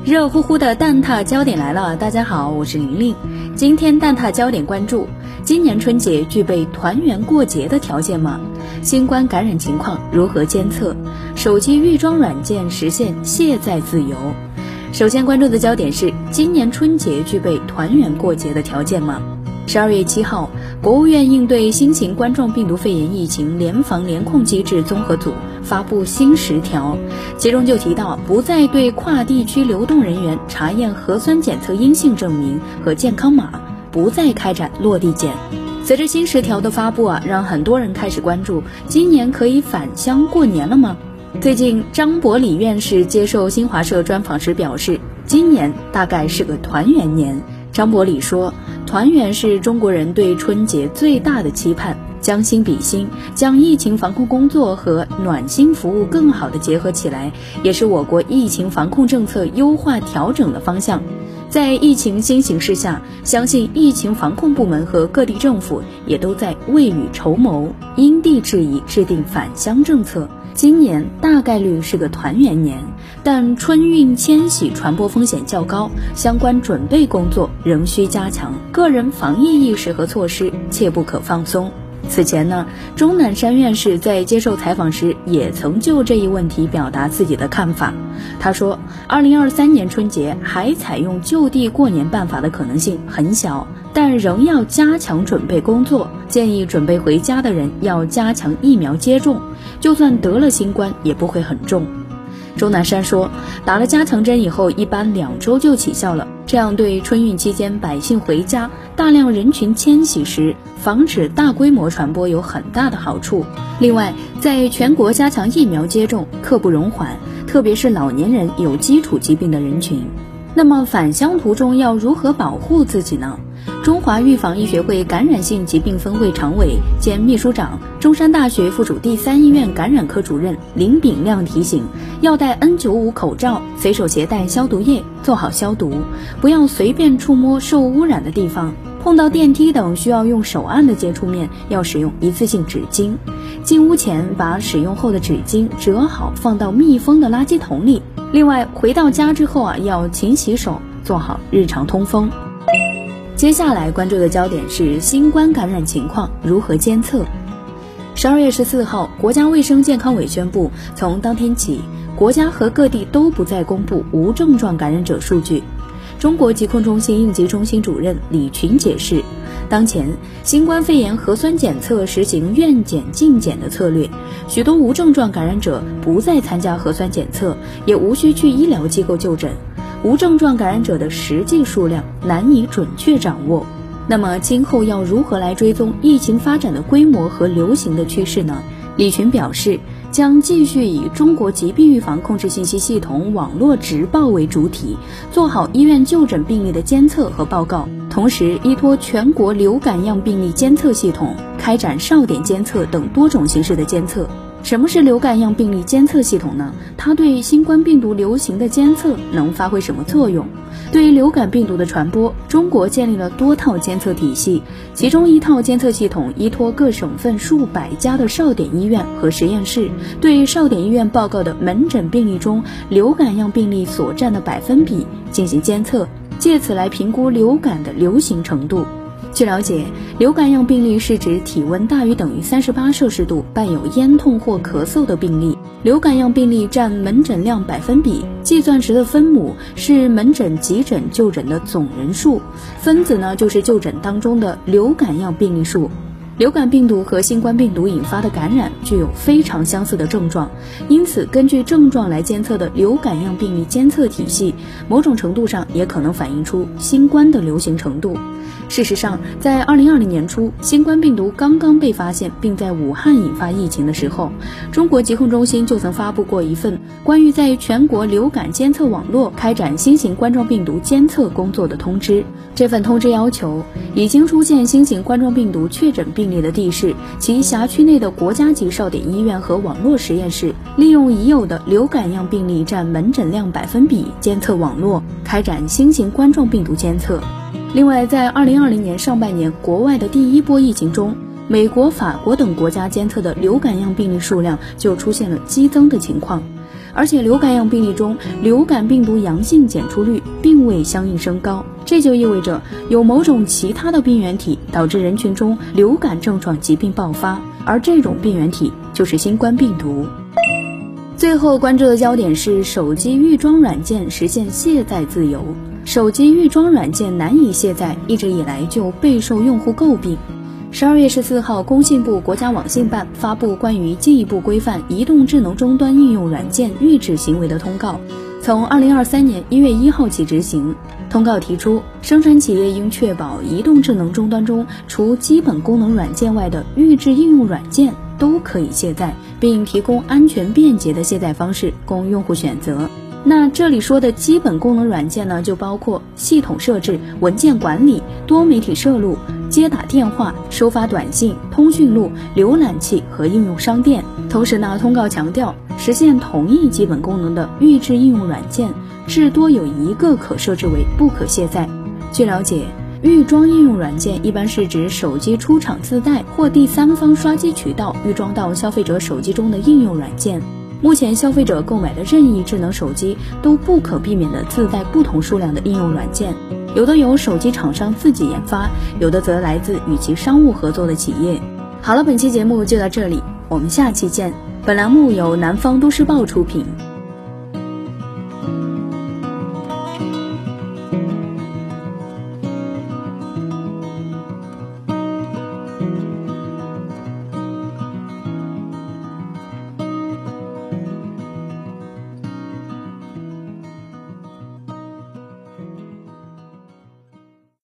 热乎乎的蛋挞焦点来了，大家好，我是玲玲。今天蛋挞焦点关注：今年春节具备团圆过节的条件吗？新冠感染情况如何监测？手机预装软件实现卸载自由。首先关注的焦点是：今年春节具备团圆过节的条件吗？12月7号，国务院应对新型冠状病毒肺炎疫情联防联控机制综合组发布新10条，其中就提到不再对跨地区流动人员查验核酸检测阴性证明和健康码，不再开展落地检。随着新10条的发布让很多人开始关注，今年可以返乡过年了吗？最近张伯礼院士接受新华社专访时表示，今年大概是个团圆年。张伯礼说，团圆是中国人对春节最大的期盼，将心比心，将疫情防控工作和暖心服务更好地结合起来，也是我国疫情防控政策优化调整的方向。在疫情新形势下，相信疫情防控部门和各地政府也都在未雨绸缪，因地制宜制定返乡政策。今年大概率是个团圆年，但春运迁徙传播风险较高，相关准备工作仍需加强，个人防疫意识和措施切不可放松。此前钟南山院士在接受采访时也曾就这一问题表达自己的看法。他说，2023年春节还采用就地过年办法的可能性很小，但仍要加强准备工作，建议准备回家的人要加强疫苗接种，就算得了新冠也不会很重。钟南山说，打了加强针以后一般2周就起效了，这样对春运期间百姓回家、大量人群迁徙时防止大规模传播有很大的好处。另外，在全国加强疫苗接种刻不容缓，特别是老年人、有基础疾病的人群。那么返乡途中要如何保护自己呢？中华预防医学会感染性疾病分会常委兼秘书长、中山大学附属第3医院感染科主任林炳亮提醒，要戴 N95 口罩，随手携带消毒液，做好消毒，不要随便触摸受污染的地方，碰到电梯等需要用手按的接触面要使用一次性纸巾，进屋前把使用后的纸巾折好放到密封的垃圾桶里。另外，回到家之后要勤洗手，做好日常通风。接下来关注的焦点是新冠感染情况如何监测。12月14号，国家卫生健康委宣布，从当天起，国家和各地都不再公布无症状感染者数据。中国疾控中心应急中心主任李群解释，当前新冠肺炎核酸检测实行愿检尽检的策略，许多无症状感染者不再参加核酸检测，也无需去医疗机构就诊，无症状感染者的实际数量难以准确掌握。那么今后要如何来追踪疫情发展的规模和流行的趋势呢？李群表示，将继续以中国疾病预防控制信息系统网络直报为主体，做好医院就诊病例的监测和报告，同时依托全国流感样病例监测系统，开展哨点监测等多种形式的监测。什么是流感样病例监测系统呢？它对新冠病毒流行的监测能发挥什么作用？对于流感病毒的传播，中国建立了多套监测体系，其中一套监测系统依托各省份数百家的哨点医院和实验室，对哨点医院报告的门诊病例中流感样病例所占的百分比进行监测，借此来评估流感的流行程度。据了解，流感样病例是指体温大于等于38摄氏度伴有咽痛或咳嗽的病例，流感样病例占门诊量百分比，计算时的分母是门诊急诊就诊的总人数，分子就是就诊当中的流感样病例数。流感病毒和新冠病毒引发的感染具有非常相似的症状，因此根据症状来监测的流感样病例监测体系，某种程度上也可能反映出新冠的流行程度。事实上，在2020年初，新冠病毒刚刚被发现并在武汉引发疫情的时候，中国疾控中心就曾发布过一份关于在全国流感监测网络开展新型冠状病毒监测工作的通知。这份通知要求，已经出现新型冠状病毒确诊病例的地市，其辖区内的国家级哨点医院和网络实验室，利用已有的流感样病例占门诊量百分比监测网络，开展新型冠状病毒监测。另外，在2020年上半年国外的第一波疫情中，美国、法国等国家监测的流感样病例数量就出现了激增的情况。 而且流感样病例中，流感病毒阳性检出率并未相应升高，这就意味着有某种其他的病原体导致人群中流感症状疾病爆发，而这种病原体就是新冠病毒。最后关注的焦点是手机预装软件实现卸载自由。手机预装软件难以卸载，一直以来就备受用户诟病。12月14号，工信部国家网信办发布关于进一步规范移动智能终端应用软件预置行为的通告，从2023年1月1号起执行。通告提出，生产企业应确保移动智能终端中除基本功能软件外的预置应用软件都可以卸载，并提供安全便捷的卸载方式供用户选择。那这里说的基本功能软件呢，就包括系统设置、文件管理、多媒体摄录、接打电话、收发短信、通讯录、浏览器和应用商店。同时呢，通告强调，实现同一基本功能的预置应用软件，至多有一个可设置为不可卸载。据了解，预装应用软件一般是指手机出厂自带或第三方刷机渠道预装到消费者手机中的应用软件。目前消费者购买的任意智能手机都不可避免地自带不同数量的应用软件，有的由手机厂商自己研发，有的则来自与其商务合作的企业。好了，本期节目就到这里，我们下期见。本栏目由南方都市报出品。